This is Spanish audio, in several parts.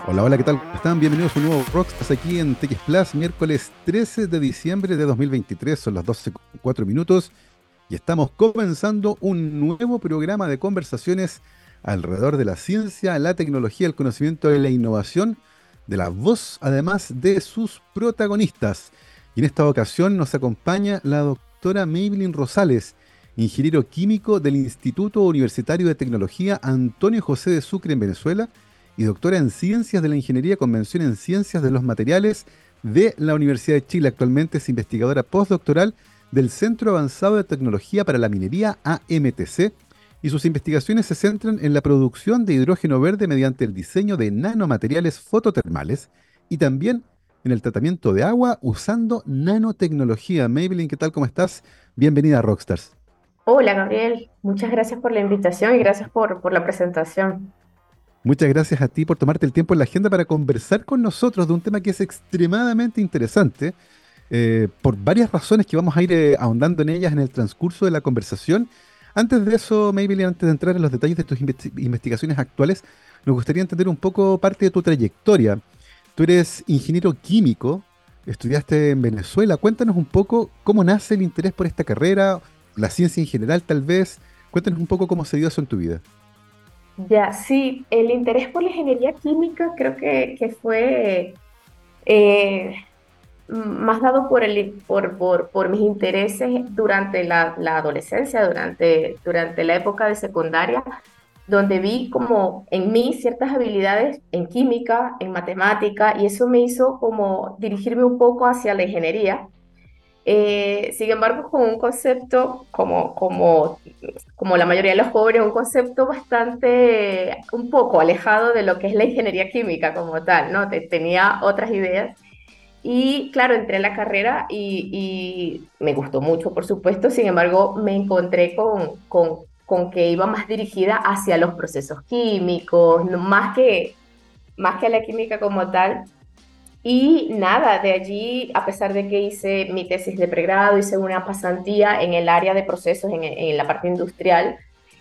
Hola, hola, ¿qué tal? ¿Cómo están? Bienvenidos a un nuevo Rockstars aquí en TX Plus, miércoles 13 de diciembre de 2023, son las 12:04 y estamos comenzando un nuevo programa de conversaciones alrededor de la ciencia, la tecnología, el conocimiento y la innovación de la voz, además de sus protagonistas. Y en esta ocasión nos acompaña la doctora Maybelline Rosales, ingeniero químico del Instituto Universitario de Tecnología Antonio José de Sucre en Venezuela y doctora en Ciencias de la Ingeniería con mención en Ciencias de los Materiales de la Universidad de Chile. Actualmente es investigadora postdoctoral del Centro Avanzado de Tecnología para la Minería AMTC y sus investigaciones se centran en la producción de hidrógeno verde mediante el diseño de nanomateriales fototermales y también en el tratamiento de agua usando nanotecnología. Maybelline, ¿qué tal? ¿Cómo estás? Bienvenida a Rockstars. Hola Gabriel, muchas gracias por la invitación y gracias por la presentación. Muchas gracias a ti por tomarte el tiempo en la agenda para conversar con nosotros de un tema que es extremadamente interesante, por varias razones que vamos a ir ahondando en ellas en el transcurso de la conversación. Antes de eso, Maybelline, antes de entrar en los detalles de tus investigaciones actuales, nos gustaría entender un poco parte de tu trayectoria. Tú eres ingeniero químico, estudiaste en Venezuela. Cuéntanos un poco cómo nace el interés por esta carrera, la ciencia en general tal vez. Cuéntanos un poco cómo se dio eso en tu vida. Ya, sí, el interés por la ingeniería química creo que fue eh, más dado por mis intereses durante la adolescencia, durante la época de secundaria, donde vi como en mí ciertas habilidades en química, en matemática, y eso me hizo como dirigirme un poco hacia la ingeniería. Sin embargo, con un concepto, como la mayoría de los jóvenes, un concepto bastante, un poco alejado de lo que es la ingeniería química como tal, ¿no? Tenía otras ideas. Y claro, entré en la carrera y me gustó mucho, por supuesto. Sin embargo, me encontré con que iba más dirigida hacia los procesos químicos, no, más que a la química como tal. Y nada, de allí, a pesar de que hice mi tesis de pregrado, hice una pasantía en el área de procesos, en la parte industrial,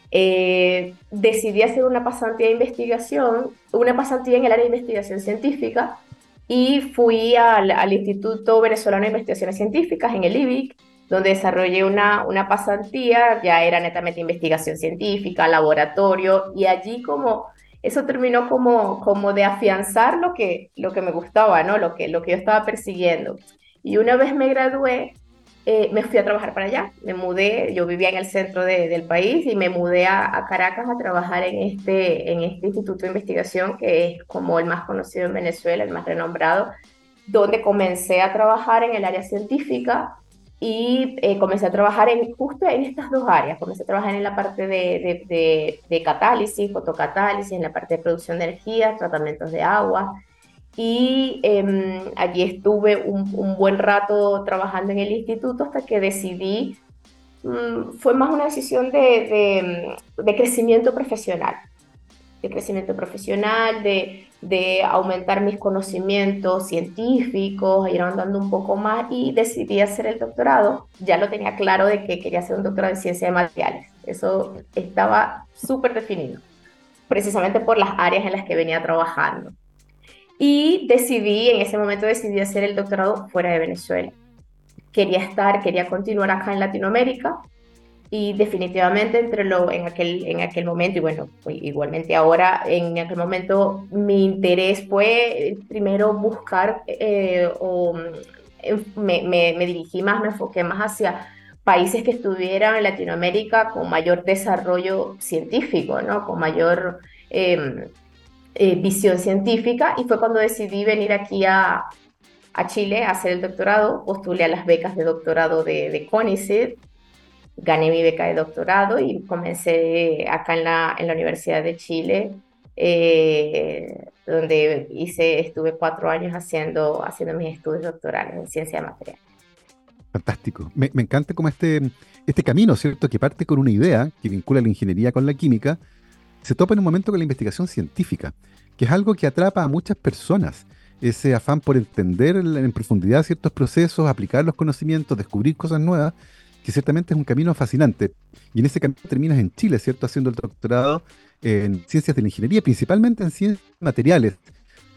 decidí hacer una pasantía de investigación, una pasantía en el área de investigación científica, y fui al Instituto Venezolano de Investigaciones Científicas, en el IBIC, donde desarrollé una pasantía, ya era netamente investigación científica, laboratorio, y allí como eso terminó como de afianzar lo que me gustaba, ¿no? Lo que yo estaba persiguiendo. Y una vez me gradué, me fui a trabajar para allá. Me mudé, yo vivía en el centro del país y me mudé a Caracas a trabajar en este instituto de investigación que es como el más conocido en Venezuela, el más renombrado, donde comencé a trabajar en el área científica y comencé a trabajar justo en estas dos áreas. Comencé a trabajar en la parte de catálisis, fotocatálisis, en la parte de producción de energía, tratamientos de agua. Y allí estuve un buen rato trabajando en el instituto hasta que decidí, fue más una decisión de crecimiento profesional, de aumentar mis conocimientos científicos, ir andando un poco más y decidí hacer el doctorado. Ya lo tenía claro de que quería hacer un doctorado en ciencia de materiales. Eso estaba súper definido, precisamente por las áreas en las que venía trabajando. Y en ese momento decidí hacer el doctorado fuera de Venezuela. Quería continuar acá en Latinoamérica y definitivamente en aquel momento, y bueno, igualmente ahora, en aquel momento mi interés fue primero buscar, me dirigí más, me enfoqué más hacia países que estuvieran en Latinoamérica con mayor desarrollo científico, ¿no? Con mayor visión científica, y fue cuando decidí venir aquí a Chile a hacer el doctorado. Postulé a las becas de doctorado de CONICET, gané mi beca de doctorado y comencé acá en la Universidad de Chile, donde estuve 4 años haciendo mis estudios doctorales en ciencia de materiales. Fantástico. Me encanta como este camino, ¿cierto? Que parte con una idea que vincula la ingeniería con la química, se topa en un momento con la investigación científica, que es algo que atrapa a muchas personas. Ese afán por entender en profundidad ciertos procesos, aplicar los conocimientos, descubrir cosas nuevas, que ciertamente es un camino fascinante. Y en ese camino terminas en Chile, ¿cierto? Haciendo el doctorado en ciencias de la ingeniería, principalmente en ciencias materiales.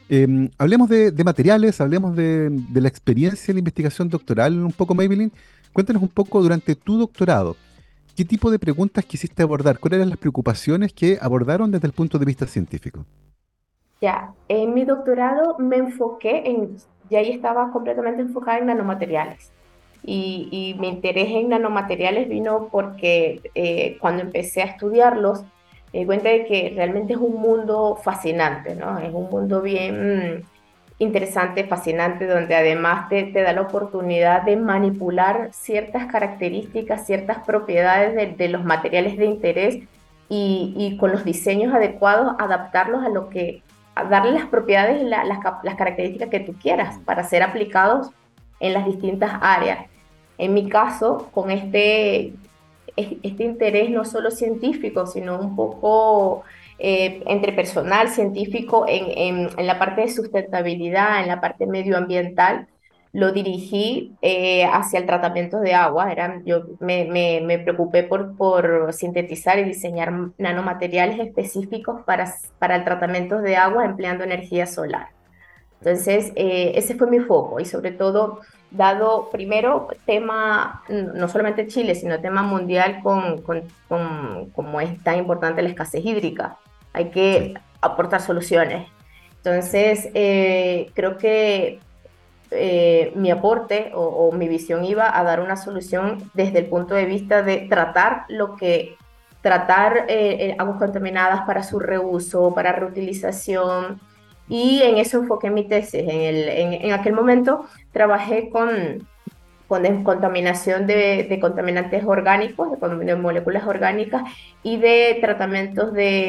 Hablemos de materiales, hablemos de la experiencia en la investigación doctoral un poco, Maybelline. Cuéntanos un poco durante tu doctorado. ¿Qué tipo de preguntas quisiste abordar? ¿Cuáles eran las preocupaciones que abordaron desde el punto de vista científico? Ya, en mi doctorado me enfoqué ya ahí estaba completamente enfocada en nanomateriales. Y mi interés en nanomateriales vino porque cuando empecé a estudiarlos, me di cuenta de que realmente es un mundo fascinante, ¿no? Es un mundo bien interesante, fascinante, donde además te da la oportunidad de manipular ciertas características, ciertas propiedades de los materiales de interés y con los diseños adecuados adaptarlos a lo a darle las propiedades y las características que tú quieras para ser aplicados en las distintas áreas. En mi caso, con este interés no solo científico, sino un poco entre personal, científico, en la parte de sustentabilidad, en la parte medioambiental, lo dirigí hacia el tratamiento de agua. Yo me preocupé por sintetizar y diseñar nanomateriales específicos para el tratamiento de agua empleando energía solar. Entonces, ese fue mi foco y sobre todo, dado primero tema, no solamente Chile, sino tema mundial como es tan importante la escasez hídrica. Hay Sí, que aportar soluciones. Entonces, creo que mi aporte o mi visión iba a dar una solución desde el punto de vista de tratar aguas contaminadas para su reuso, para reutilización, y en eso enfoqué mi tesis. En aquel momento trabajé con descontaminación de contaminantes orgánicos, de moléculas orgánicas y de tratamientos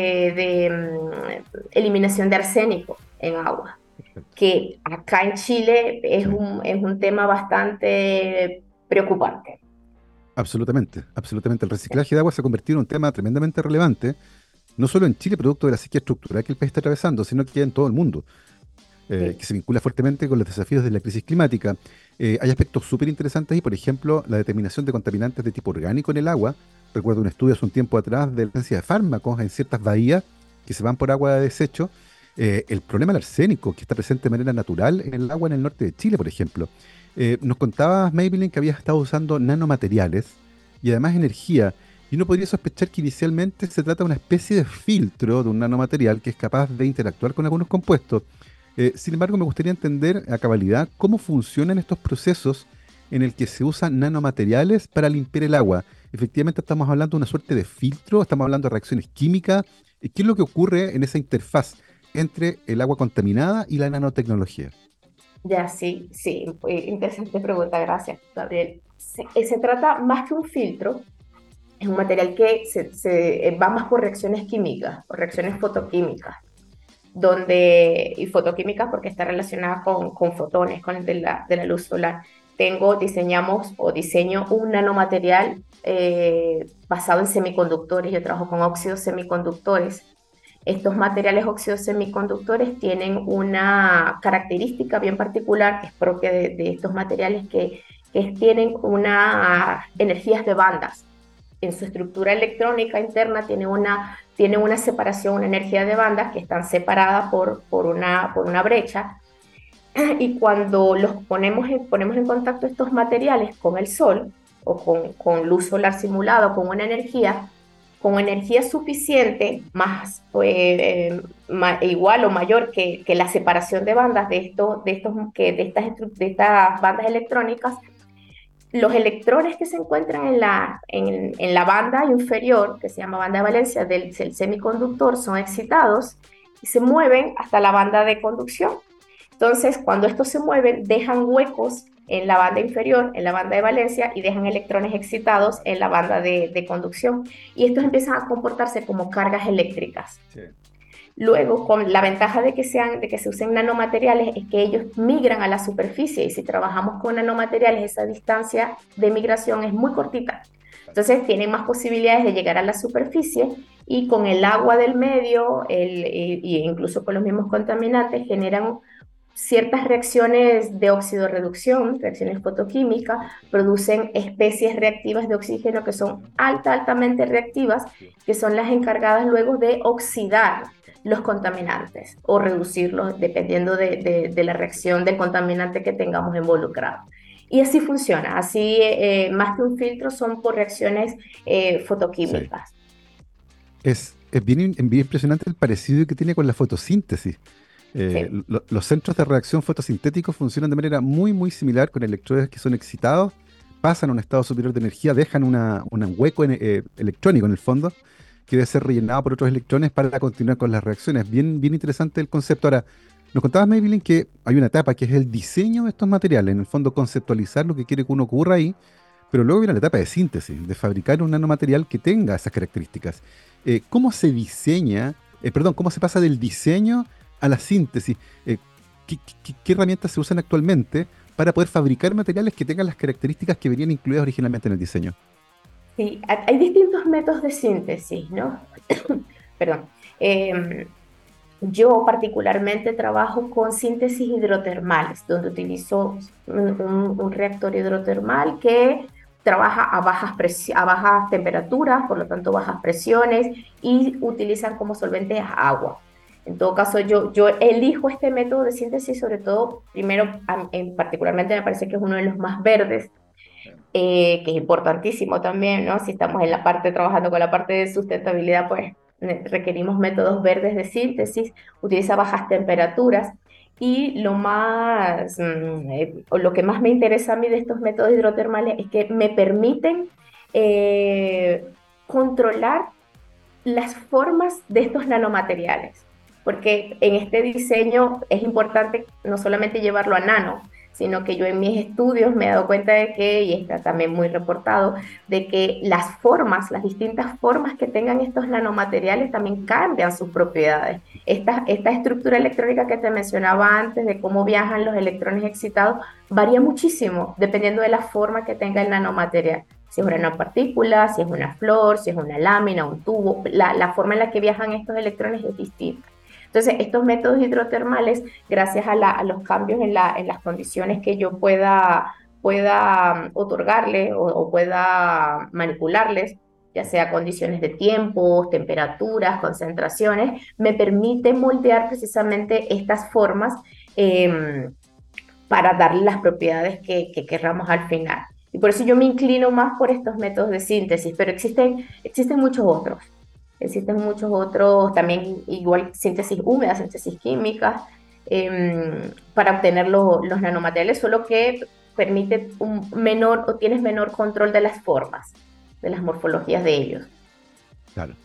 de eliminación de arsénico en agua, perfecto. que acá en Chile Sí, es un tema bastante preocupante. absolutamente, absolutamente. El reciclaje de agua se ha convertido en un tema tremendamente relevante, no solo en Chile, producto de la sequía estructural que el país está atravesando, sino que en todo el mundo. Sí, Que se vincula fuertemente con los desafíos de la crisis climática. Hay aspectos súper interesantes y, por ejemplo, la determinación de contaminantes de tipo orgánico en el agua. Recuerdo un estudio hace un tiempo atrás de la presencia de fármacos en ciertas bahías que se van por agua de desecho. El problema del arsénico, que está presente de manera natural en el agua en el norte de Chile, por ejemplo. Nos contabas, Maybelline, que habías estado usando nanomateriales y además energía. Y uno podría sospechar que inicialmente se trata de una especie de filtro de un nanomaterial que es capaz de interactuar con algunos compuestos. Sin embargo, me gustaría entender a cabalidad cómo funcionan estos procesos en el que se usan nanomateriales para limpiar el agua. Efectivamente, estamos hablando de una suerte de filtro, estamos hablando de reacciones químicas. ¿Qué es lo que ocurre en esa interfaz entre el agua contaminada y la nanotecnología? ya sí, sí, interesante pregunta, gracias, Gabriel. Se trata más que un filtro, es un material que va más por reacciones químicas, por reacciones Perfecto. fotoquímicas, y fotoquímicas porque está relacionada con fotones, con el de la luz solar. Diseñamos o diseño un nanomaterial basado en semiconductores. Yo trabajo con óxidos semiconductores. Estos materiales óxidos semiconductores tienen una característica bien particular que es propia de estos materiales tienen energías de bandas. En su estructura electrónica interna tiene una separación, una energía de bandas que están separadas por una brecha. Y cuando ponemos en contacto estos materiales con el sol o con luz solar simulada o con energía suficiente, igual o mayor que la separación de bandas de estas bandas electrónicas, los electrones que se encuentran en la banda inferior, que se llama banda de valencia del semiconductor, son excitados y se mueven hasta la banda de conducción. Entonces, cuando estos se mueven, dejan huecos en la banda inferior, en la banda de valencia, y dejan electrones excitados en la banda de conducción. Y estos empiezan a comportarse como cargas eléctricas. Sí. Luego, con la ventaja de que se usen nanomateriales es que ellos migran a la superficie, y si trabajamos con nanomateriales, esa distancia de migración es muy cortita. Entonces tienen más posibilidades de llegar a la superficie, y con el agua del medio y incluso con los mismos contaminantes generan ciertas reacciones de oxidorreducción, reacciones fotoquímicas, producen especies reactivas de oxígeno que son altamente reactivas, que son las encargadas luego de oxidar los contaminantes o reducirlos dependiendo de la reacción del contaminante que tengamos involucrado. Y así funciona, así más que un filtro son por reacciones Sí. fotoquímicas. Es bien impresionante el parecido que tiene con la fotosíntesis. Sí, Los centros de reacción fotosintéticos funcionan de manera muy, muy similar con electrones que son excitados, pasan a un estado superior de energía, dejan un hueco electrónico en el fondo, que debe ser rellenado por otros electrones para continuar con las reacciones. Bien, bien interesante el concepto. Ahora, nos contabas, Maybelline, que hay una etapa que es el diseño de estos materiales, en el fondo conceptualizar lo que quiere que uno ocurra ahí, pero luego viene la etapa de síntesis, de fabricar un nanomaterial que tenga esas características. ¿Cómo se diseña, perdón, cómo se pasa del diseño a la síntesis? ¿Qué herramientas se usan actualmente para poder fabricar materiales que tengan las características que venían incluidas originalmente en el diseño? sí, hay distintos métodos de síntesis, ¿no? Perdón. Em, Yo particularmente trabajo con síntesis hidrotermales, donde utilizo un reactor hidrotermal que trabaja a bajas temperaturas, por lo tanto bajas presiones, y utilizan como solvente agua. En todo caso, yo elijo este método de síntesis, sobre todo, primero, particularmente me parece que es uno de los más verdes, que es importantísimo también, ¿no? Si estamos en la parte, trabajando con la parte de sustentabilidad, pues requerimos métodos verdes de síntesis, utiliza bajas temperaturas y o lo que más me interesa a mí de estos métodos hidrotermales es que me permiten eh, controlar las formas de estos nanomateriales, porque en este diseño es importante no solamente llevarlo a nano, sino que yo en mis estudios me he dado cuenta de que, y está también muy reportado, de que las formas, las distintas formas que tengan estos nanomateriales también cambian sus propiedades. Esta estructura electrónica que te mencionaba antes de cómo viajan los electrones excitados varía muchísimo dependiendo de la forma que tenga el nanomaterial. Si es una nanopartícula, si es una flor, si es una lámina, un tubo, la forma en la que viajan estos electrones es distinta. Entonces, estos métodos hidrotermales, gracias a los cambios en las condiciones que yo pueda otorgarle o pueda manipularles, ya sea condiciones de tiempo, temperaturas, concentraciones, me permite moldear precisamente estas formas eh, para darle las propiedades que querramos al final. Y por eso yo me inclino más por estos métodos de síntesis, pero existen muchos otros. Existen muchos otros, también igual síntesis húmeda, síntesis química, para obtener los nanomateriales, solo que permite un menor o tienes menor control de las formas, de las morfologías de ellos. Claro.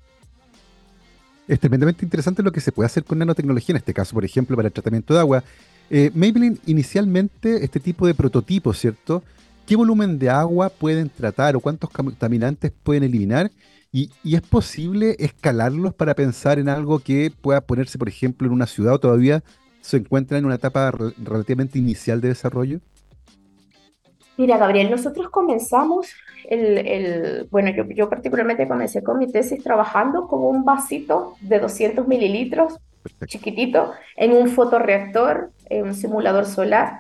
Es tremendamente interesante lo que se puede hacer con nanotecnología, en este caso, por ejemplo, para el tratamiento de agua. Maybelline, inicialmente, este tipo de prototipos, ¿cierto? ¿Qué volumen de agua pueden tratar o cuántos contaminantes pueden eliminar? Y es posible escalarlos para pensar en algo que pueda ponerse, por ejemplo, en una ciudad o todavía se encuentra en una etapa relativamente inicial de desarrollo? Mira, Gabriel, nosotros comenzamos bueno, yo particularmente comencé con mi tesis trabajando con un vasito de 200 mililitros, Perfecto. chiquitito, en un fotorreactor, en un simulador solar.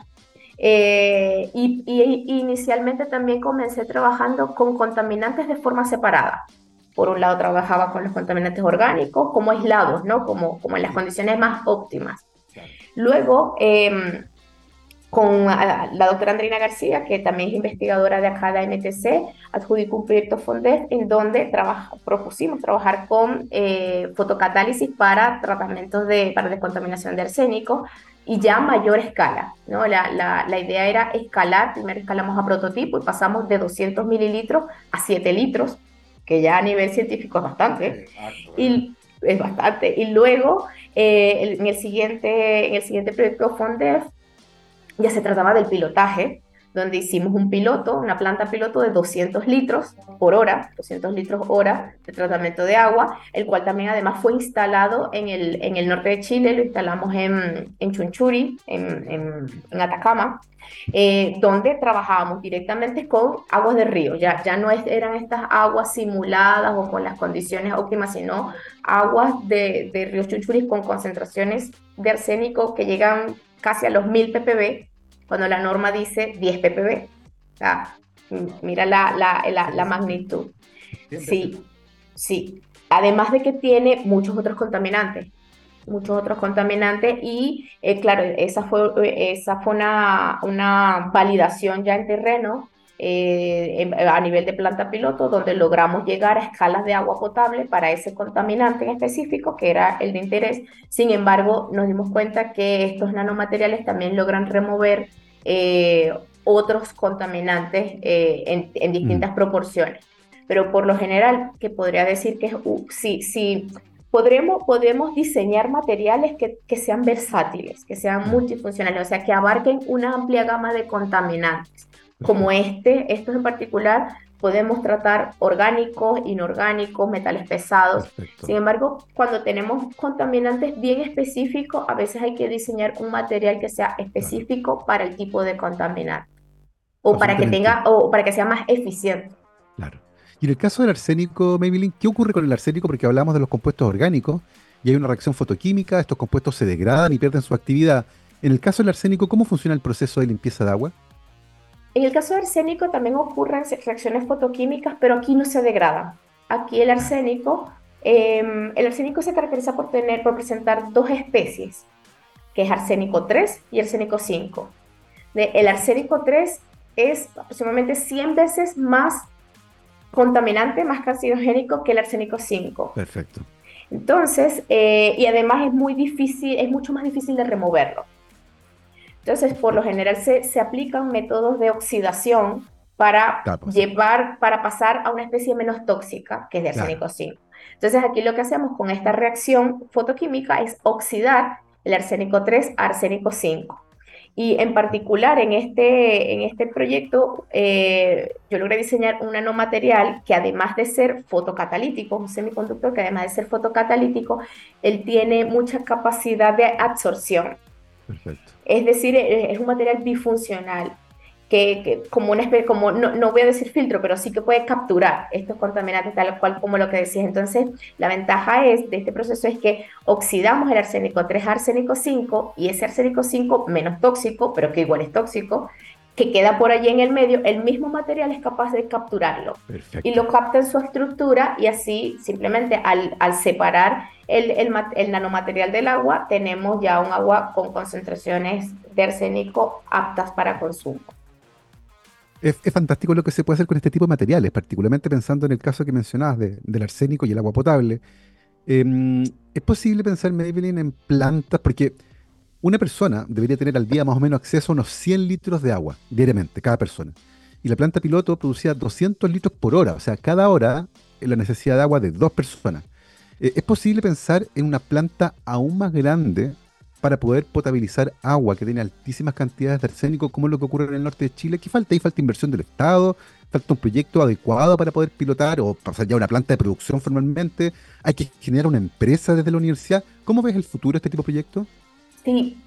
Y inicialmente también comencé trabajando con contaminantes de forma separada. Por un lado trabajaba con los contaminantes orgánicos como aislados, ¿no? Como en las condiciones más óptimas. Claro. Luego, con la doctora Andrina García, que también es investigadora de acá de la MTC, adjudicó un proyecto FONDES en donde propusimos trabajar con fotocatálisis para para descontaminación de arsénico y ya a mayor escala, ¿no? La idea era escalar, primero escalamos a prototipo y pasamos de 200 mililitros a 7 litros, que ya a nivel científico es bastante, y es bastante. Y luego, en el siguiente proyecto FONDES, ya se trataba del pilotaje, donde hicimos un piloto, una planta piloto de 200 litros por hora, 200 litros hora de tratamiento de agua, el cual también además fue instalado en el norte de Chile, lo instalamos en Chunchuri, en Atacama, donde trabajábamos directamente con aguas de río, ya no eran estas aguas simuladas o con las condiciones óptimas, sino aguas de ríos Chunchuri con concentraciones de arsénico que llegan casi a los 1000 ppb, cuando la norma dice 10 ppb. O sea, mira la magnitud. Entiende. Sí, sí. Además de que tiene muchos otros contaminantes. muchos otros contaminantes y claro, esa fue una validación ya en terreno a nivel de planta piloto, donde logramos llegar a escalas de agua potable para ese contaminante en específico, que era el de interés. Sin embargo, nos dimos cuenta que estos nanomateriales también logran remover otros contaminantes en Mm, distintas proporciones. Pero por lo general, que podría decir que sí, podremos diseñar materiales que sean versátiles, que sean claro, multifuncionales, o sea, que abarquen una amplia gama de contaminantes. Como perfecto, estos en particular, podemos tratar orgánicos, inorgánicos, metales pesados. Sin perfecto. embargo, cuando tenemos contaminantes bien específicos, a veces hay que diseñar un material que sea Claro, específico para el tipo de contaminante o para que absolutamente. o para que sea más eficiente. Claro. Y en el caso del arsénico, Maybelline, ¿qué ocurre con el arsénico? Porque hablamos de los compuestos orgánicos y hay una reacción fotoquímica, estos compuestos se degradan y pierden su actividad. En el caso del arsénico, ¿cómo funciona el proceso de limpieza de agua? En el caso de arsénico también ocurren reacciones fotoquímicas, pero aquí no se degrada. Aquí Ah, el arsénico se caracteriza por presentar dos especies, que es arsénico 3 y arsénico 5. El perfecto, arsénico 3 es aproximadamente 100 veces más contaminante, más carcinogénico que el arsénico 5. perfecto. Entonces, y además es muy difícil, es mucho más difícil de removerlo. Entonces, por lo Perfecto. general se aplican métodos de oxidación Claro, pues sí, para pasar a una especie menos tóxica, que es de claro. arsénico 5. Entonces, aquí lo que hacemos con esta reacción fotoquímica es oxidar el arsénico 3 a arsénico 5. Y en particular en este proyecto, yo logré diseñar un nanomaterial que además de ser fotocatalítico, un semiconductor que además de ser fotocatalítico, él tiene mucha capacidad de absorción. Perfecto. Es decir, es un material bifuncional que como una especie, como no voy a decir filtro, pero sí que puede capturar estos contaminantes tal cual como lo que decías. Entonces, la ventaja de este proceso es que oxidamos el arsénico 3 a arsénico 5 y ese arsénico 5 menos tóxico, pero que igual es tóxico, que queda por allí en el medio, el mismo material es capaz de capturarlo y Perfecto. lo capta en su estructura y así simplemente al separar el nanomaterial del agua, tenemos ya un agua con concentraciones de arsénico aptas para consumo. Es fantástico lo que se puede hacer con este tipo de materiales, particularmente pensando en el caso que mencionabas del arsénico y el agua potable. Es posible pensar, Maybelline, en plantas, porque una persona debería tener al día más o menos acceso a unos 100 litros de agua diariamente, cada persona. Y la planta piloto producía 200 litros por hora, o sea, cada hora la necesidad de agua de dos personas. ¿Es posible pensar en una planta aún más grande para poder potabilizar agua que tiene altísimas cantidades de arsénico, como es lo que ocurre en el norte de Chile? ¿Qué falta? Ahí falta inversión del Estado, falta un proyecto adecuado para poder pilotar o pasar ya a una planta de producción formalmente. Hay que generar una empresa desde la universidad. ¿Cómo ves el futuro de este tipo de proyectos? Sí,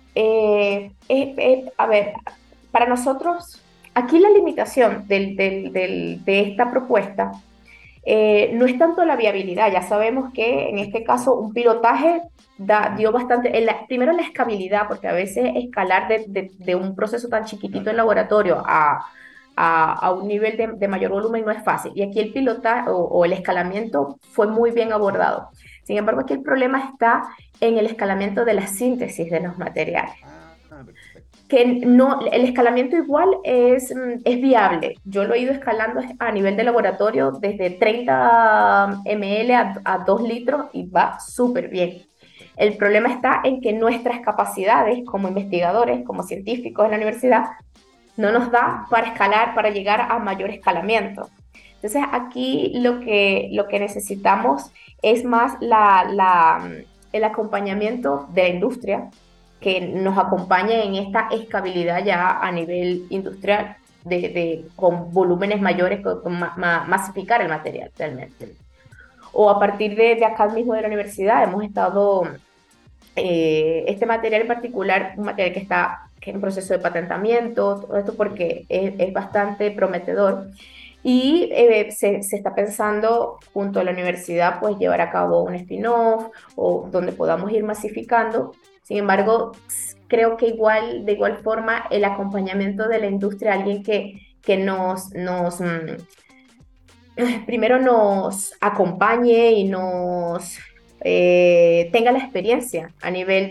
a ver, para nosotros, aquí la limitación de esta propuesta no es tanto la viabilidad, ya sabemos que en este caso un pilotaje dio bastante, primero la escalabilidad, porque a veces escalar de un proceso tan chiquitito en laboratorio a un nivel de mayor volumen no es fácil. Y aquí el pilotaje o el escalamiento fue muy bien abordado. Sin embargo, aquí el problema está en el escalamiento de la síntesis de los materiales Ah, perfecto. que no, el escalamiento igual es viable. Yo lo he ido escalando a nivel de laboratorio desde 30 ml a 2 litros y va súper bien. Perfecto. El problema está en que nuestras capacidades como investigadores, como científicos en la universidad, no nos da para escalar, para llegar a mayor escalamiento. Entonces aquí lo que necesitamos es más el acompañamiento de la industria que nos acompañe en esta escalabilidad ya a nivel industrial, con volúmenes mayores, masificar el material realmente. Sí. O a partir de acá mismo de la universidad hemos estado, este material en particular, un material que en proceso de patentamiento, todo esto porque es bastante prometedor. Y se está pensando junto a la universidad pues llevar a cabo un spin-off o donde podamos ir masificando. Sin embargo, creo que de igual forma el acompañamiento de la industria, alguien que primero nos acompañe y tenga la experiencia a nivel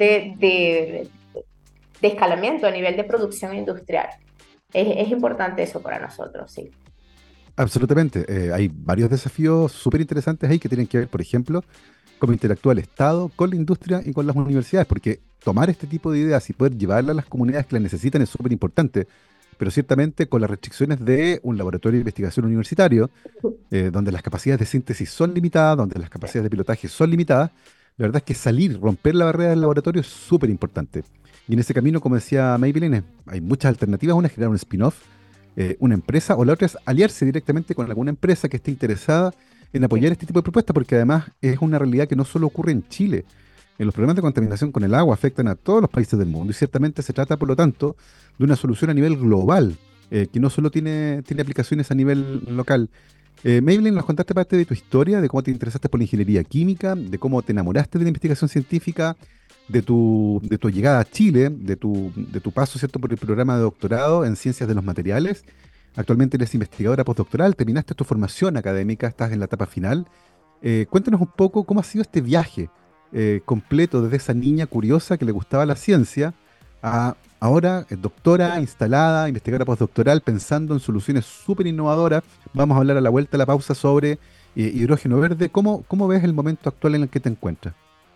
de escalamiento, a nivel de producción industrial. Es importante eso para nosotros, sí. Absolutamente. Hay varios desafíos súper interesantes ahí que tienen que ver, por ejemplo, cómo interactúa el Estado con la industria y con las universidades, porque tomar este tipo de ideas y poder llevarlas a las comunidades que las necesitan es súper importante, pero ciertamente con las restricciones de un laboratorio de investigación universitario, donde las capacidades de síntesis son limitadas, donde las capacidades de pilotaje son limitadas, la verdad es que salir, romper la barrera del laboratorio es súper importante. Y en ese camino, como decía Maybelline, hay muchas alternativas. Una es generar un spin-off, una empresa, o la otra es aliarse directamente con alguna empresa que esté interesada en apoyar este tipo de propuestas, porque además es una realidad que no solo ocurre en Chile. Los problemas de contaminación con el agua afectan a todos los países del mundo y ciertamente se trata, por lo tanto, de una solución a nivel global, que no solo tiene aplicaciones a nivel local. Maybelline, nos contaste parte de tu historia, de cómo te interesaste por la ingeniería química, de cómo te enamoraste de la investigación científica, de tu llegada a Chile, de tu paso, ¿cierto?, por el programa de doctorado en ciencias de los materiales. Actualmente eres investigadora postdoctoral, terminaste tu formación académica, estás en la etapa final. Cuéntanos un poco cómo ha sido este viaje completo desde esa niña curiosa que le gustaba la ciencia a ahora doctora, instalada, investigadora postdoctoral, pensando en soluciones súper innovadoras. Vamos a hablar a la vuelta de la pausa sobre hidrógeno verde. ¿Cómo ves el momento actual en el que te encuentras?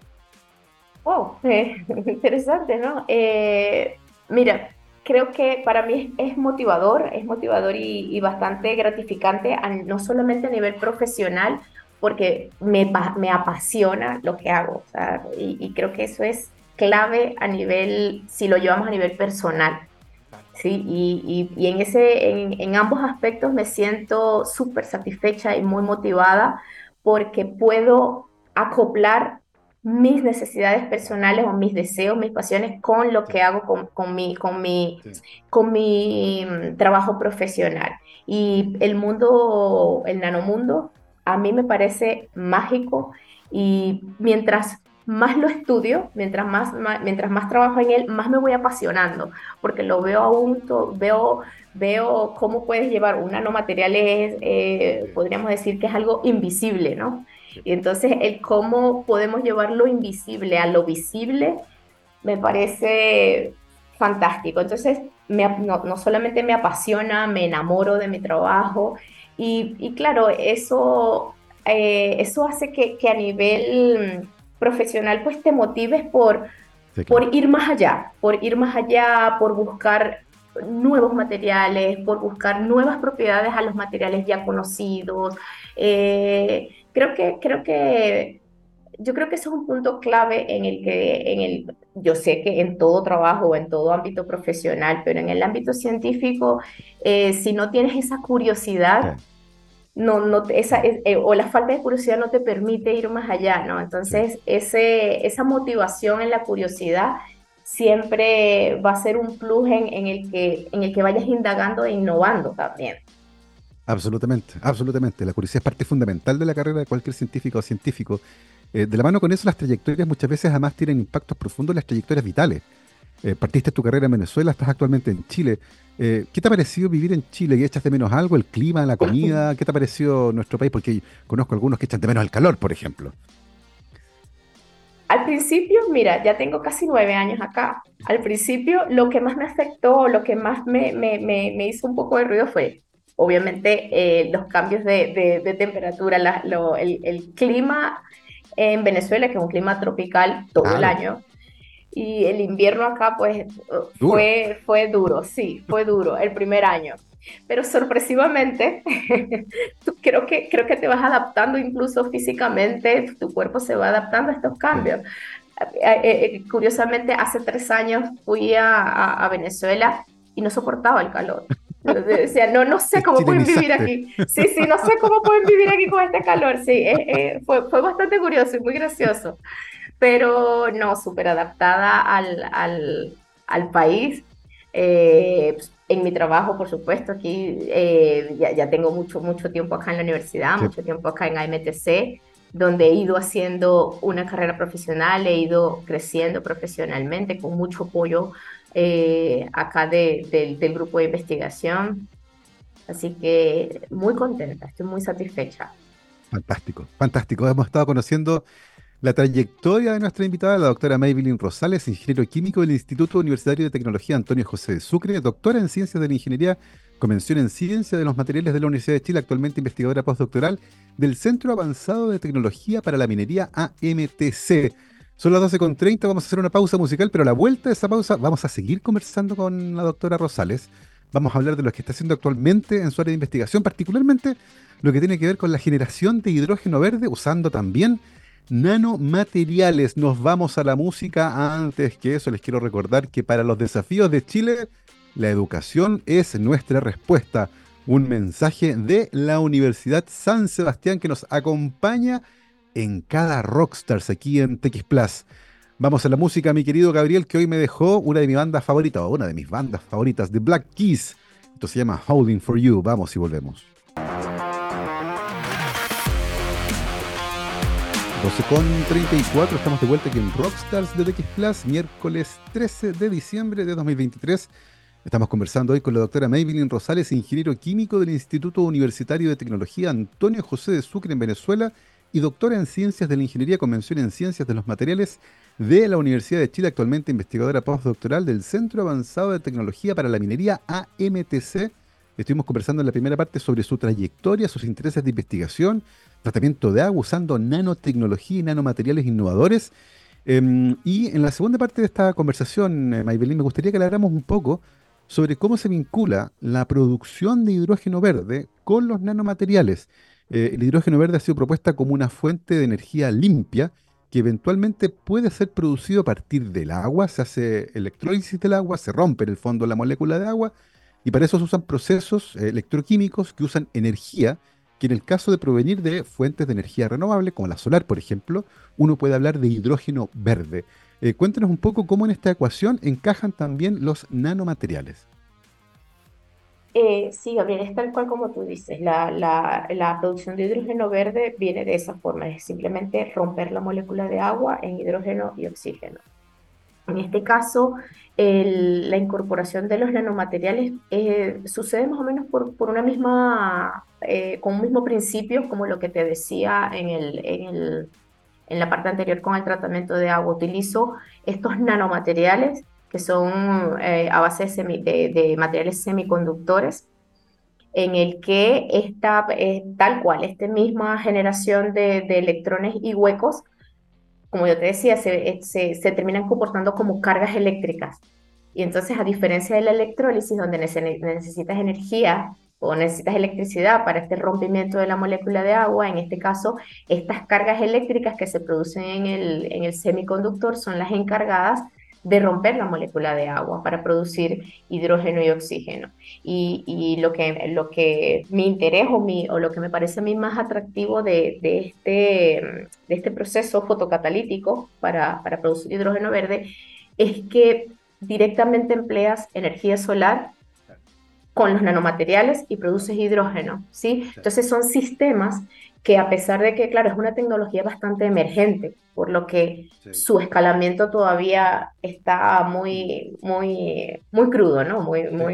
Oh, interesante, ¿no? Mira, creo que para mí es motivador y bastante gratificante, no solamente a nivel profesional, porque me apasiona lo que hago, o sea, y creo que eso es clave a nivel, si lo llevamos a nivel personal. Sí, y en ambos aspectos me siento súper satisfecha y muy motivada porque puedo acoplar mis necesidades personales o mis deseos, mis pasiones con lo Sí, que hago sí, con mi trabajo profesional. Y el mundo, el nanomundo, a mí me parece mágico y mientras más lo estudio, mientras más trabajo en él, más me voy apasionando porque lo veo aún, veo cómo puedes llevar un nanomaterial, sí, podríamos decir que es algo invisible, ¿no? sí. Y entonces el cómo podemos llevar lo invisible a lo visible me parece fantástico. Entonces, no solamente me apasiona, me enamoro de mi trabajo y claro, eso hace que a nivel profesional pues te motives Sí, claro. por ir más allá, por ir más allá, por buscar nuevos materiales, por buscar nuevas propiedades a los materiales ya conocidos. Yo creo que eso es un punto clave yo sé que en todo trabajo o en todo ámbito profesional, pero en el ámbito científico, si no tienes esa Sí, curiosidad, sí, o la falta de curiosidad no te permite ir más allá, ¿no? sí. Entonces, esa motivación en la curiosidad siempre va a ser un plus en el que vayas indagando e innovando también. Absolutamente, absolutamente. La curiosidad es parte fundamental de la carrera de cualquier científico o científico. De la mano con eso, las trayectorias muchas veces además tienen impactos profundos en las trayectorias vitales. Partiste tu carrera en Venezuela, estás actualmente en Chile. ¿Qué te ha parecido vivir en Chile? ¿Y echas de menos algo? ¿El clima, la comida? ¿Qué te ha parecido nuestro país? Porque conozco algunos que echan de menos el calor, por ejemplo. Al principio, mira, ya tengo casi 9 años acá. Al principio, lo que más me afectó, lo que más me hizo un poco de ruido fue, obviamente, los cambios de temperatura, el clima en Venezuela, que es un clima tropical todo el Claro, año, y el invierno acá, pues, duro. fue duro, sí, fue duro el primer año. Pero sorpresivamente, creo que te vas adaptando incluso físicamente, tu cuerpo se va adaptando a estos Sí. cambios. Curiosamente, hace 3 años fui a Venezuela y no soportaba el calor. Decía, no sé Te cómo pueden vivir chilenizaste. aquí. Sí, sí, no sé cómo pueden vivir aquí con este calor. Sí, fue bastante curioso y muy gracioso, pero no, súper adaptada al país. En mi trabajo, por supuesto, aquí ya tengo mucho tiempo acá en la universidad, Sí, mucho tiempo acá en AMTC, donde he ido haciendo una carrera profesional, he ido creciendo profesionalmente con mucho apoyo acá del grupo de investigación. Así que muy contenta, estoy muy satisfecha. fantástico, fantástico. Hemos estado conociendo La trayectoria de nuestra invitada, la doctora Maybelline Rosales, ingeniero químico del Instituto Universitario de Tecnología Antonio José de Sucre, doctora en Ciencias de la Ingeniería, convención en Ciencia de los Materiales de la Universidad de Chile, actualmente investigadora postdoctoral del Centro Avanzado de Tecnología para la Minería AMTC. Son las 12:30, vamos a hacer una pausa musical, pero a la vuelta de esa pausa vamos a seguir conversando con la doctora Rosales. Vamos a hablar de lo que está haciendo actualmente en su área de investigación, particularmente lo que tiene que ver con la generación de hidrógeno verde, usando también nanomateriales. Nos vamos a la música. Antes que eso, les quiero recordar que para los desafíos de Chile, la educación es nuestra respuesta. Un mensaje de la Universidad San Sebastián que nos acompaña en cada Rockstars aquí en TX Plus. Vamos a la música, mi querido Gabriel, que hoy me dejó una de mis bandas favoritas, o una de mis bandas favoritas, The Black Keys. Esto se llama Holding for You. Vamos y volvemos. 12:34, estamos de vuelta aquí en Rockstars de TX Plus, miércoles 13 de diciembre de 2023. Estamos conversando hoy con la doctora Maybelline Rosales, ingeniero químico del Instituto Universitario de Tecnología Antonio José de Sucre en Venezuela y doctora en Ciencias de la Ingeniería, convención en Ciencias de los Materiales de la Universidad de Chile, actualmente investigadora postdoctoral del Centro Avanzado de Tecnología para la Minería AMTC. Estuvimos conversando en la primera parte sobre su trayectoria, sus intereses de investigación, tratamiento de agua usando nanotecnología y nanomateriales innovadores. Y en la segunda parte de esta conversación, Maybelline, me gustaría que habláramos un poco sobre cómo se vincula la producción de hidrógeno verde con los nanomateriales. El hidrógeno verde ha sido propuesta como una fuente de energía limpia que eventualmente puede ser producido a partir del agua. Se hace electrólisis del agua, se rompe en el fondo la molécula de agua y para eso se usan procesos electroquímicos que usan energía, que en el caso de provenir de fuentes de energía renovable, como la solar, por ejemplo, uno puede hablar de hidrógeno verde. Cuéntanos un poco cómo en esta ecuación encajan también los nanomateriales. Sí, Gabriel, es tal cual como tú dices. La producción de hidrógeno verde viene de esa forma, es simplemente romper la molécula de agua en hidrógeno y oxígeno. En este caso, la incorporación de los nanomateriales sucede más o menos por una misma, con un mismo principio, como lo que te decía en la parte anterior con el tratamiento de agua. Utilizo estos nanomateriales que son a base de materiales semiconductores, en el que esta, tal cual, esta misma generación de electrones y huecos, como yo te decía, se terminan comportando como cargas eléctricas. Y entonces, a diferencia de la electrólisis, donde necesitas energía o necesitas electricidad para este rompimiento de la molécula de agua, en este caso, estas cargas eléctricas que se producen en el semiconductor son las encargadas de romper la molécula de agua para producir hidrógeno y oxígeno. Y lo que mi interés o lo que me parece a mí más atractivo de este proceso fotocatalítico para producir hidrógeno verde es que directamente empleas energía solar con los nanomateriales y produces hidrógeno, ¿sí? Entonces son sistemas que, a pesar de que, claro, es una tecnología bastante emergente, por lo que Sí. su escalamiento todavía está muy crudo, ¿no? Sí.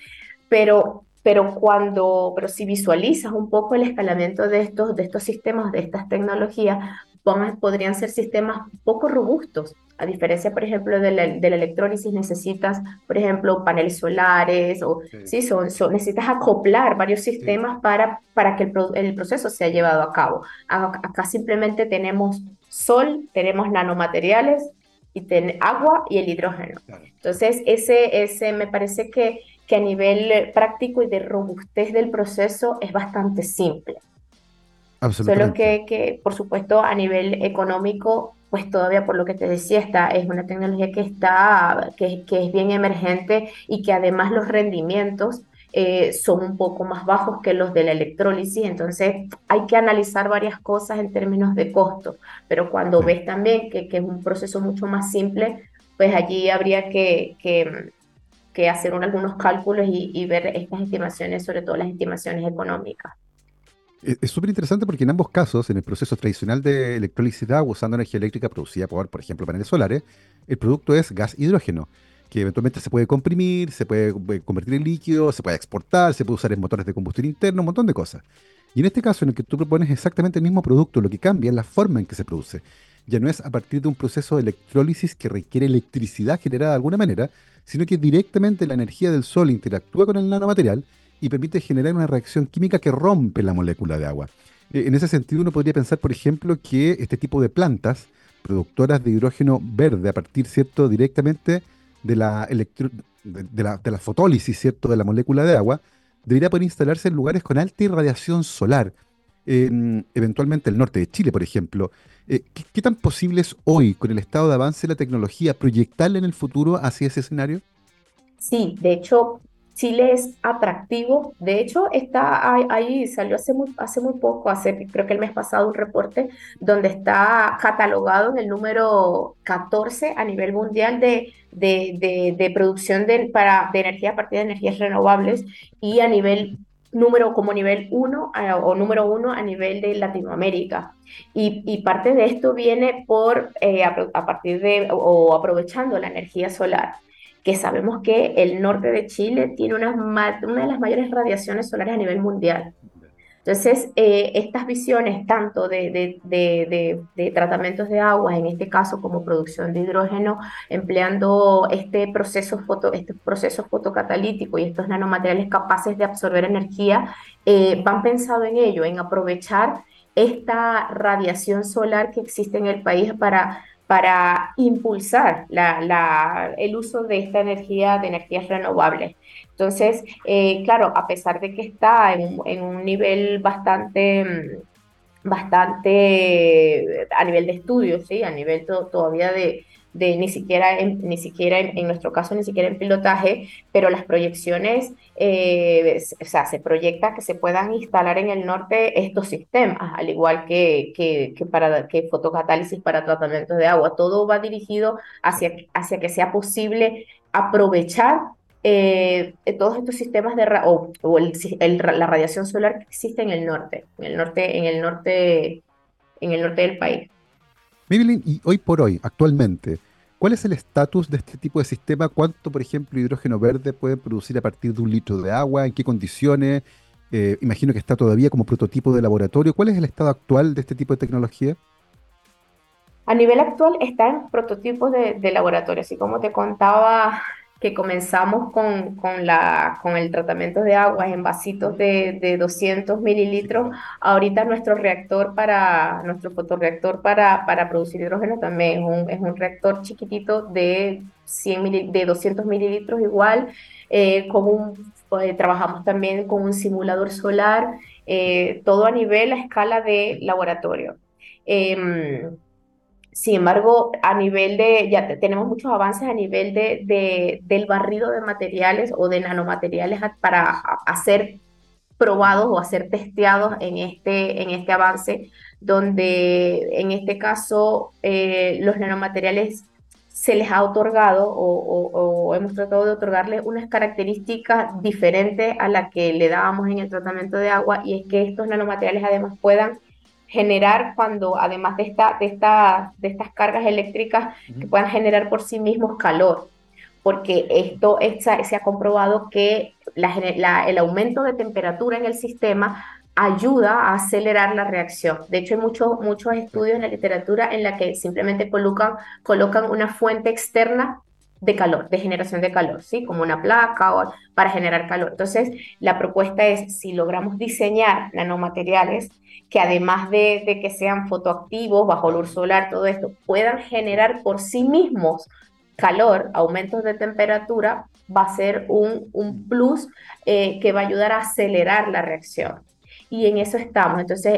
Pero si visualizas un poco el escalamiento de estos sistemas, de estas tecnologías, podrían ser sistemas poco robustos. A diferencia, por ejemplo, de la electrólisis, necesitas, por ejemplo, paneles solares o Sí. sí, necesitas acoplar varios Sí. sistemas para que el proceso sea llevado a cabo. Acá simplemente tenemos sol, tenemos nanomateriales y agua y el hidrógeno. Claro. Entonces, ese me parece que a nivel práctico y de robustez del proceso es bastante simple. Solo Absolutamente. por supuesto, a nivel económico, pues todavía por lo que te decía, es una tecnología que es bien emergente y que además los rendimientos son un poco más bajos que los de la electrólisis. Entonces, hay que analizar varias cosas en términos de costo, pero cuando Sí. ves también que es un proceso mucho más simple, pues allí habría que hacer algunos cálculos y ver estas estimaciones, sobre todo las estimaciones económicas. Es súper interesante porque en ambos casos, en el proceso tradicional de electrólisis de agua usando energía eléctrica producida por ejemplo, paneles solares, el producto es gas hidrógeno, que eventualmente se puede comprimir, se puede convertir en líquido, se puede exportar, se puede usar en motores de combustión interno, un montón de cosas. Y en este caso, en el que tú propones exactamente el mismo producto, lo que cambia es la forma en que se produce. ya no es a partir de un proceso de electrólisis que requiere electricidad generada de alguna manera, sino que directamente la energía del sol interactúa con el nanomaterial y permite generar una reacción química que rompe la molécula de agua. En ese sentido, uno podría pensar, por ejemplo, que este tipo de plantas productoras de hidrógeno verde a partir, ¿cierto?, directamente de la, de la fotólisis, ¿cierto?, de la molécula de agua, debería poder instalarse en lugares con alta irradiación solar, eventualmente el norte de Chile, por ejemplo. ¿Qué tan posible es hoy, con el estado de avance de la tecnología, proyectarla en el futuro hacia ese escenario? Sí, de hecho, Chile es atractivo. De hecho, está ahí salió hace muy poco, creo que el mes pasado, un reporte donde está catalogado en el número 14 a nivel mundial de producción de energía a partir de energías renovables y a nivel como nivel uno o número uno a nivel de Latinoamérica. Y parte de esto viene a partir de o aprovechando la energía solar, que sabemos que el norte de Chile tiene una de las mayores radiaciones solares a nivel mundial. Entonces, estas visiones tanto de tratamientos de aguas, en este caso como producción de hidrógeno, empleando este proceso fotocatalítico y estos nanomateriales capaces de absorber energía, van pensado en ello, en aprovechar esta radiación solar que existe en el país para impulsar el uso de esta energía, de energías renovables. Entonces, claro, a pesar de que está en un nivel bastante a nivel de estudio, ¿sí? A nivel todavía de ni siquiera en nuestro caso, ni siquiera en pilotaje, pero las proyecciones, o sea, se proyecta que se puedan instalar en el norte estos sistemas, al igual que fotocatálisis para tratamientos de agua. Todo va dirigido hacia que sea posible aprovechar todos estos sistemas la radiación solar que existe en el norte del país. Maybelline, y hoy por hoy, actualmente, ¿cuál es el estatus de este tipo de sistema? ¿Cuánto, por ejemplo, hidrógeno verde puede producir a partir de un litro de agua? ¿En qué condiciones? Imagino que está todavía como prototipo de laboratorio. ¿Cuál es el estado actual de este tipo de tecnología? A nivel actual están prototipos de laboratorio, así como te contaba que comenzamos con el tratamiento de aguas en vasitos de 200 mililitros. Ahorita nuestro fotorreactor para producir hidrógeno también es un reactor chiquitito de 200 mililitros igual. Trabajamos también con un simulador solar, todo a nivel, a escala de laboratorio. Em, Sin embargo, tenemos muchos avances a nivel del barrido de materiales o de nanomateriales hacer probados o a ser testeados en este avance, donde en este caso los nanomateriales se les ha otorgado o hemos tratado de otorgarles unas características diferentes a las que le dábamos en el tratamiento de agua, y es que estos nanomateriales además puedan generar además de estas cargas eléctricas, que Ujú. puedan generar por sí mismos calor, porque se ha comprobado que el aumento de temperatura en el sistema ayuda a acelerar la reacción. De hecho, hay muchos estudios en la literatura en la que simplemente colocan una fuente externa de calor, de generación de calor, ¿sí? Como una placa para generar calor. Entonces, la propuesta es, si logramos diseñar nanomateriales que además de que sean fotoactivos, bajo luz solar, todo esto, puedan generar por sí mismos calor, aumentos de temperatura, va a ser un plus que va a ayudar a acelerar la reacción. Y en eso estamos. Entonces,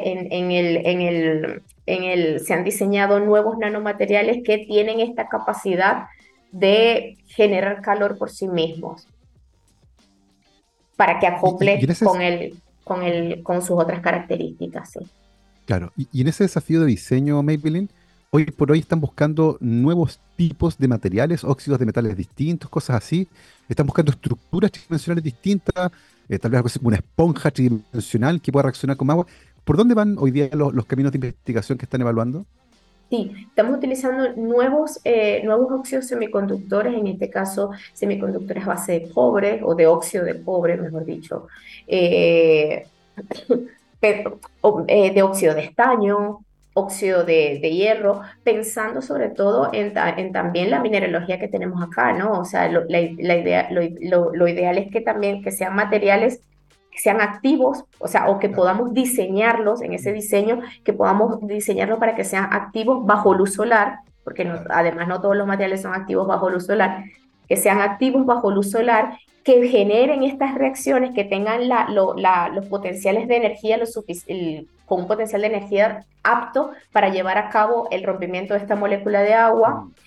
se han diseñado nuevos nanomateriales que tienen esta capacidad de generar calor por sí mismos para que Y en acople ese, con sus otras características. ¿Sí? claro, y en ese desafío de diseño, Maybelline, hoy por hoy están buscando nuevos tipos de materiales, óxidos de metales distintos, cosas así. Están buscando estructuras tridimensionales distintas, tal vez algo así como una esponja tridimensional que pueda reaccionar con agua. ¿Por dónde van hoy día los caminos de investigación que están evaluando? Sí, estamos utilizando nuevos óxidos semiconductores, en este caso semiconductores a base de cobre o de óxido de cobre, mejor dicho, eh, de óxido de estaño. óxido de hierro, pensando sobre todo en también la mineralogía que tenemos acá, ¿no? O sea, la idea, lo ideal es que también que sean materiales que sean activos, o sea, o que Claro. podamos diseñarlos en ese Mm, diseño, que podamos diseñarlos para que sean activos bajo luz solar, porque no, claro. además no todos los materiales son activos bajo luz solar, que sean activos bajo luz solar, que generen estas reacciones, que tengan los potenciales de energía, con un potencial de energía apto para llevar a cabo el rompimiento de esta molécula de agua Mm,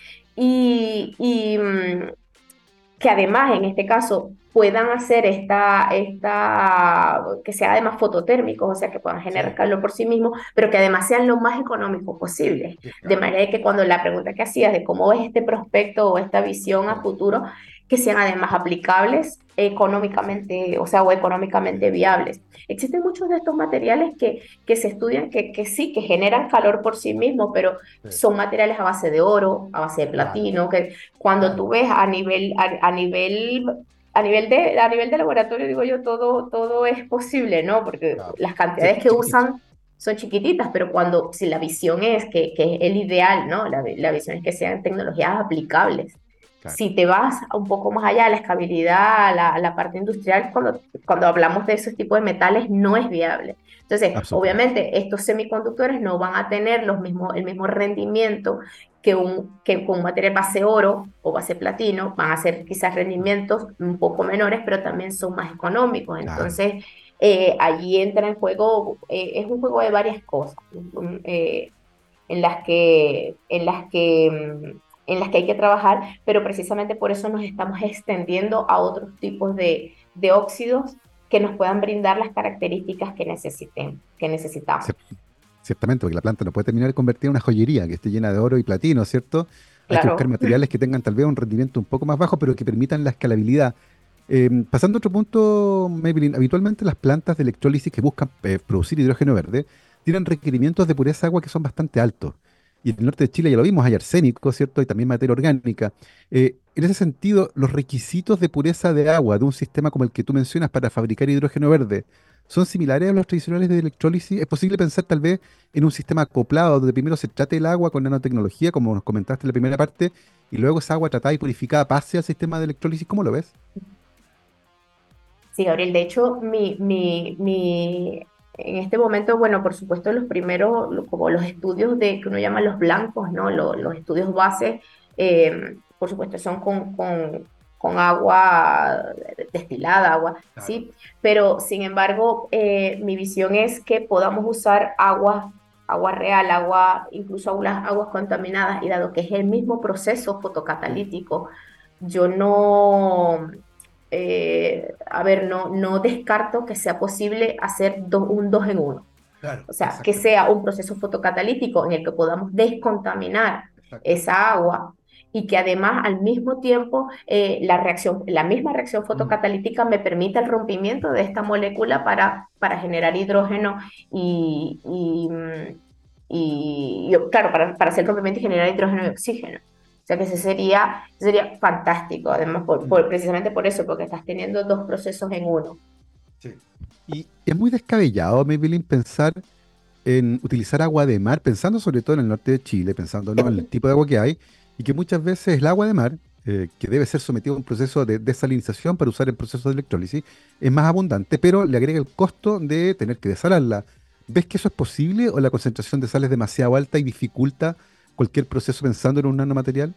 y que además en este caso puedan hacer que sea además fototérmicos, o sea, que puedan generar sí, calor por sí mismos, pero que además sean lo más económicos posible. sí, De claro. manera que cuando la pregunta que hacías de cómo ves este prospecto o esta visión a Sí, futuro, que sean además aplicables sí, económicamente, o sea, o sí, económicamente viables. Existen muchos de estos materiales que se estudian que sí, que generan calor por sí mismos, pero sí, son materiales a base de oro, a base de claro, platino, que cuando claro. tú ves a nivel de laboratorio, digo yo, todo es posible, ¿no? Porque Claro. las Sí, cantidades que chiquitito. usan son chiquititas, pero si la visión es que es el ideal, ¿no? La visión es que sean tecnologías aplicables. Claro, Si te vas un poco más allá, la escalabilidad, la parte industrial, cuando hablamos de esos tipos de metales, no es viable. Entonces, absolutamente. obviamente, estos semiconductores no van a tener el mismo rendimiento que con un material base oro o base platino, van a ser quizás Mm, rendimientos un poco menores, pero también son más económicos. claro. Entonces, allí entra en juego, es un juego de varias cosas, en las que, en las que, en las que hay que trabajar, pero precisamente por eso nos estamos extendiendo a otros tipos de óxidos que nos puedan brindar las características que necesitamos. Cier- Ciertamente, porque la planta no puede terminar de convertir en una joyería que esté llena de oro y platino, ¿cierto? Hay que buscar Claro. materiales que tengan tal vez un rendimiento un poco más bajo, pero que permitan la escalabilidad. Pasando a otro punto, Maybelline, habitualmente las plantas de electrólisis que buscan producir hidrógeno verde tienen requerimientos de pureza de agua que son bastante altos. Y en el norte de Chile ya lo vimos, hay arsénico, ¿cierto? Y también materia orgánica. En ese sentido, los requisitos de pureza de agua de un sistema como el que tú mencionas para fabricar hidrógeno verde son similares a los tradicionales de electrólisis. ¿Es posible pensar tal vez en un sistema acoplado donde primero se trate el agua con nanotecnología, como nos comentaste en la primera parte, y luego esa agua tratada y purificada pase al sistema de electrólisis? ¿Cómo lo ves? Sí, Gabriel, de hecho, en este momento, bueno, por supuesto, los primeros, como los estudios que uno llama los blancos, ¿no? Los estudios base, por supuesto, son con agua destilada, agua, Claro. ¿sí? Pero, sin embargo, mi visión es que podamos usar agua real, incluso aguas contaminadas, y dado que es el mismo proceso fotocatalítico, yo no, a ver, no descarto que sea posible hacer un dos en uno. Claro, O sea, que exactamente. sea un proceso fotocatalítico en el que podamos descontaminar Exacto. esa agua y que además al mismo tiempo la misma reacción Mm, fotocatalítica me permita el rompimiento de esta molécula para generar hidrógeno y, y, mm, claro, para hacer el rompimiento y generar hidrógeno y oxígeno. O sea que ese sería fantástico, además mm, precisamente por eso, porque estás teniendo dos procesos en uno. sí. Y es muy descabellado, Maybelline, pensar en utilizar agua de mar, pensando sobre todo en el norte de Chile, pensando, ¿no?, en el tipo de agua que hay, y que muchas veces el agua de mar, que debe ser sometido a un proceso de desalinización para usar el proceso de electrólisis, es más abundante, pero le agrega el costo de tener que desalarla. ¿Ves que eso es posible o la concentración de sal es demasiado alta y dificulta cualquier proceso pensando en un nanomaterial?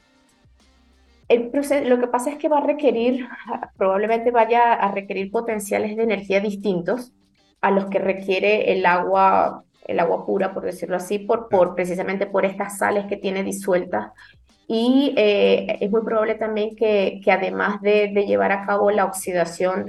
Lo que pasa es que probablemente vaya a requerir potenciales de energía distintos a los que requiere el agua pura, por decirlo así, Claro. precisamente por estas sales que tiene disueltas. Y es muy probable también que además de llevar a cabo la oxidación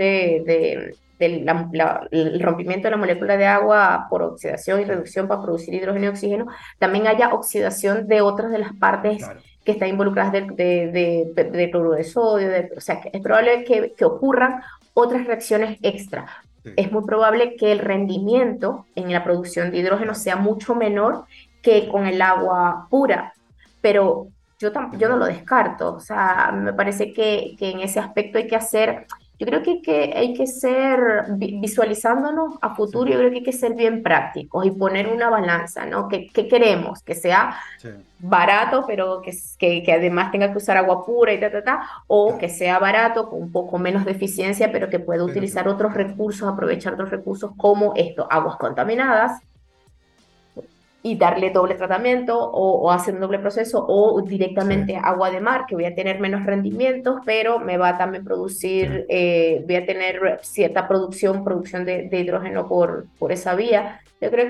el rompimiento de la molécula de agua por oxidación y Sí, reducción para producir hidrógeno y oxígeno, también haya oxidación de otras de las partes claro. que están involucradas de cloruro de sodio, o sea, que es probable que ocurran otras reacciones extra. Sí, Es muy probable que el rendimiento en la producción de hidrógeno claro. sea mucho menor que con el agua pura, pero yo no lo Entiendo. descarto. O sea, me parece que en ese aspecto hay que hacer, Yo creo que hay que ser, visualizándonos a Sí, futuro, yo creo que hay que ser bien prácticos y poner una balanza, ¿no? ¿Qué queremos? Que sea sí, barato, pero que además tenga que usar agua pura y o que claro. sea barato, con un poco menos de eficiencia, pero que pueda Pero que, utilizar otros claro, recursos, aprovechar otros recursos como esto, aguas contaminadas y darle doble tratamiento o hacer un doble proceso o sí, directamente agua de mar, que voy a tener menos rendimientos, pero me va a también sí, producir, voy a tener cierta producción de hidrógeno por esa vía. Yo creo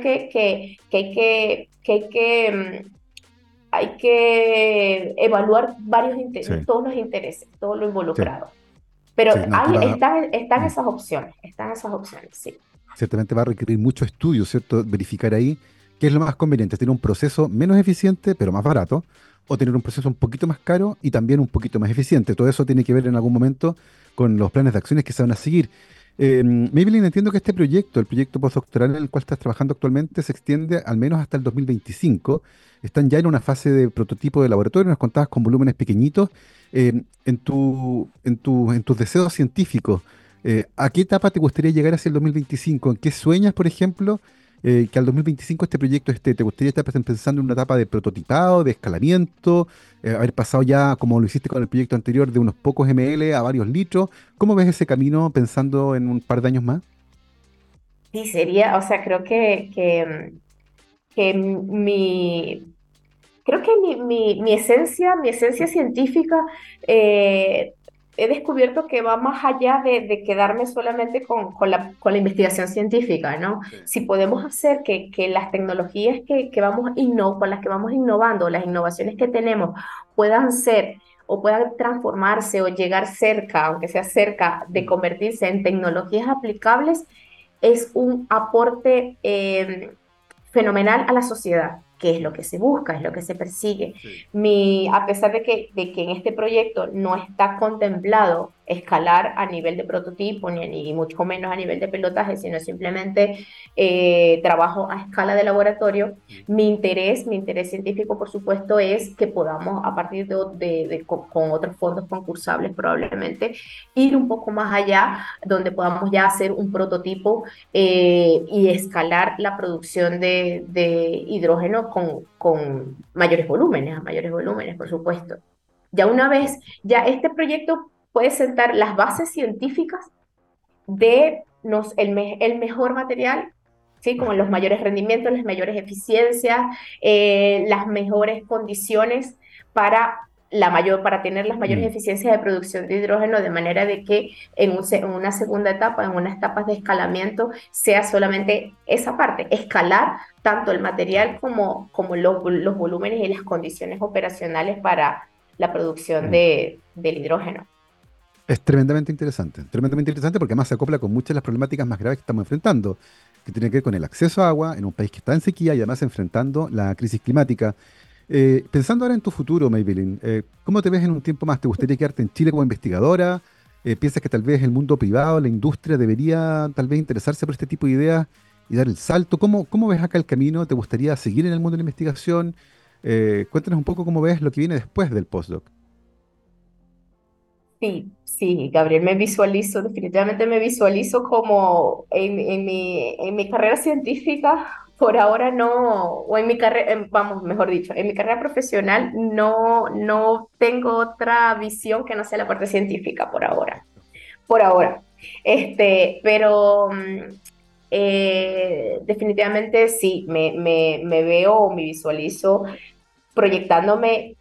hay que evaluar sí, todos los intereses, todo lo sí, involucrado. Pero sí, no, aquí va. están Mm. están esas opciones, sí. Ciertamente va a requerir mucho estudio, ¿cierto? Verificar ahí qué es lo más conveniente, tener un proceso menos eficiente, pero más barato, o tener un proceso un poquito más caro y también un poquito más eficiente. Todo eso tiene que ver en algún momento con los planes de acciones que se van a seguir. Maybelline, entiendo que este proyecto, el proyecto postdoctoral en el cual estás trabajando actualmente, se extiende al menos hasta el 2025. Están ya en una fase de prototipo de laboratorio, nos contabas con volúmenes pequeñitos. En tus deseos científicos, ¿a qué etapa te gustaría llegar hacia el 2025? ¿En qué sueñas, por ejemplo, que al 2025 este proyecto esté? ¿Te gustaría estar pensando en una etapa de prototipado, de escalamiento, haber pasado ya, como lo hiciste con el proyecto anterior, de unos pocos ml a varios litros? ¿Cómo ves ese camino pensando en un par de años más? Sí, sería, o sea, que creo que mi esencia científica, eh, he descubierto que va más allá de quedarme solamente con la investigación científica, ¿no? Sí. Si podemos hacer que las tecnologías con las que vamos innovando, las innovaciones que tenemos, puedan ser o puedan transformarse o llegar cerca, aunque sea cerca, de Mm. convertirse en tecnologías aplicables, es un aporte fenomenal a la sociedad, que es lo que se busca, es lo que se persigue. Sí. A pesar de que en este proyecto no está contemplado escalar a nivel de prototipo, ni mucho menos a nivel de pilotaje, sino simplemente trabajo a escala de laboratorio, Mm. mi interés científico, por supuesto, es que podamos, a partir con otros fondos concursables probablemente, ir un poco más allá, donde podamos ya hacer un prototipo y escalar la producción de hidrógeno con mayores volúmenes, por Sí. supuesto. Ya una Sí. vez, ya este proyecto puede sentar las bases científicas de el mejor material, ¿sí? Como los mayores rendimientos, las mayores eficiencias, las mejores condiciones para para tener las mayores Mm. eficiencias de producción de hidrógeno, de manera de que en una segunda etapa, en unas etapas de escalamiento, sea solamente esa parte, escalar tanto el material como los volúmenes y las condiciones operacionales para la producción Mm. del hidrógeno. Es tremendamente interesante porque además se acopla con muchas de las problemáticas más graves que estamos enfrentando, que tienen que ver con el acceso a agua en un país que está en sequía y además enfrentando la crisis climática. Pensando ahora en tu futuro, Maybelline, ¿cómo te ves en un tiempo más? ¿Te gustaría quedarte en Chile como investigadora? ¿Piensas que tal vez el mundo privado, la industria, debería tal vez interesarse por este tipo de ideas y dar el salto? ¿Cómo ves acá el camino? ¿Te gustaría seguir en el mundo de la investigación? Cuéntanos un poco cómo ves lo que viene después del postdoc. Sí, sí, Gabriel, definitivamente me visualizo como en mi carrera científica, por ahora no, o en mi carrera, vamos, mejor dicho, en mi carrera profesional no tengo otra visión que no sea la parte científica por ahora. Pero definitivamente sí, me veo o me visualizo proyectándome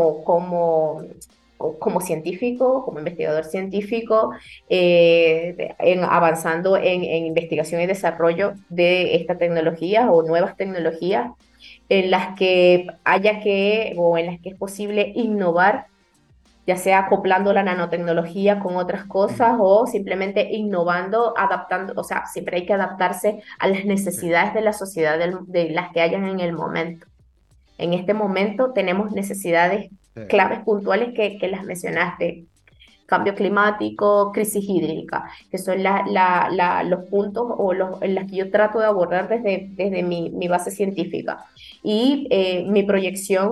como científico, como investigador científico, avanzando en investigación y desarrollo de esta tecnología o nuevas tecnologías en las que o en las que es posible innovar, ya sea acoplando la nanotecnología con otras Mm. cosas o simplemente innovando, adaptando, o sea, siempre hay que adaptarse a las Sí, necesidades de la sociedad de las que hayan en el momento. En este momento tenemos necesidades sí, claves puntuales que las mencionaste: cambio climático, crisis hídrica, que son los puntos en los que yo trato de abordar desde mi base científica. Y mi proyección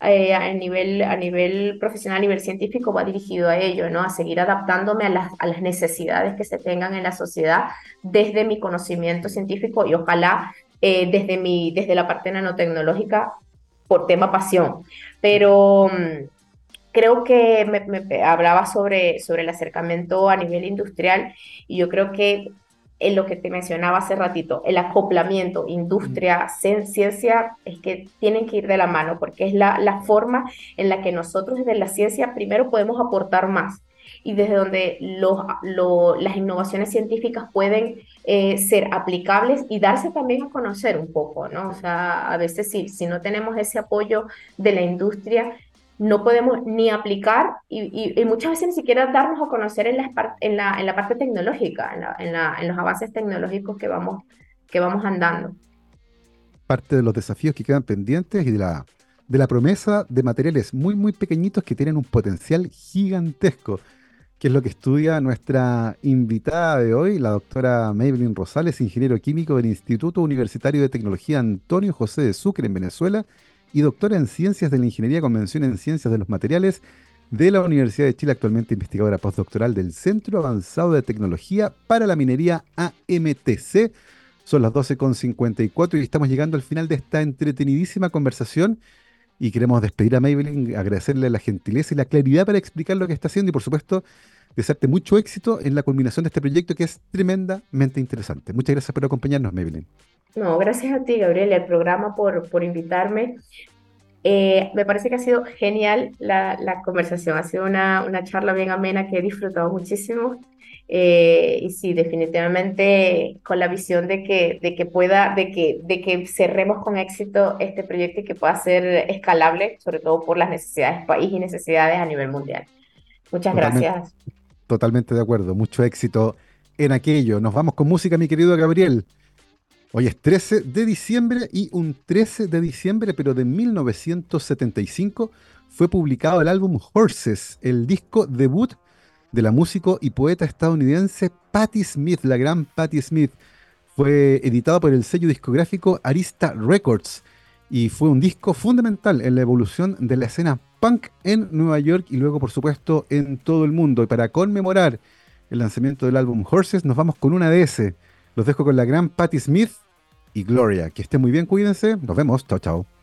a nivel profesional, a nivel científico, va dirigido a ello, ¿no? A seguir adaptándome a las necesidades que se tengan en la sociedad desde mi conocimiento científico y ojalá desde la parte nanotecnológica por tema pasión. Pero creo que hablaba sobre el acercamiento a nivel industrial y yo creo que en lo que te mencionaba hace ratito, el acoplamiento industria, ciencia, es que tienen que ir de la mano porque es la forma en la que nosotros desde la ciencia primero podemos aportar más y desde donde las innovaciones científicas pueden ser aplicables y darse también a conocer un poco, ¿no? O sea, a veces si no tenemos ese apoyo de la industria, no podemos ni aplicar y muchas veces ni siquiera darnos a conocer en la parte tecnológica, en los avances tecnológicos que vamos andando. Parte de los desafíos que quedan pendientes y de la promesa de materiales muy, muy pequeñitos que tienen un potencial gigantesco, que es lo que estudia nuestra invitada de hoy, la doctora Maybelline Rosales, ingeniero químico del Instituto Universitario de Tecnología Antonio José de Sucre en Venezuela y doctora en Ciencias de la Ingeniería con mención en Ciencias de los Materiales de la Universidad de Chile, actualmente investigadora postdoctoral del Centro Avanzado de Tecnología para la Minería AMTC. Son las 12:54 y estamos llegando al final de esta entretenidísima conversación y queremos despedir a Maybelline, agradecerle la gentileza y la claridad para explicar lo que está haciendo y por supuesto desearte mucho éxito en la culminación de este proyecto que es tremendamente interesante. Muchas gracias por acompañarnos, Maybelline. No, gracias a ti, Gabriel, al programa por invitarme. Me parece que ha sido genial la conversación, ha sido una charla bien amena que he disfrutado muchísimo. Y sí, definitivamente con la visión de que cerremos con éxito este proyecto y que pueda ser escalable, sobre todo por las necesidades del país y necesidades a nivel mundial. Muchas Totalmente, gracias. totalmente de acuerdo. Mucho éxito en aquello. Nos vamos con música, mi querido Gabriel. Hoy es 13 de diciembre y un 13 de diciembre, pero de 1975, fue publicado el álbum Horses, el disco debut de la músico y poeta estadounidense Patti Smith, la gran Patti Smith. Fue editado por el sello discográfico Arista Records y fue un disco fundamental en la evolución de la escena punk en Nueva York y luego, por supuesto, en todo el mundo. Y para conmemorar el lanzamiento del álbum Horses, nos vamos con una de ese. Los dejo con la gran Patti Smith y Gloria. Que estén muy bien, cuídense. Nos vemos. Chao, chao.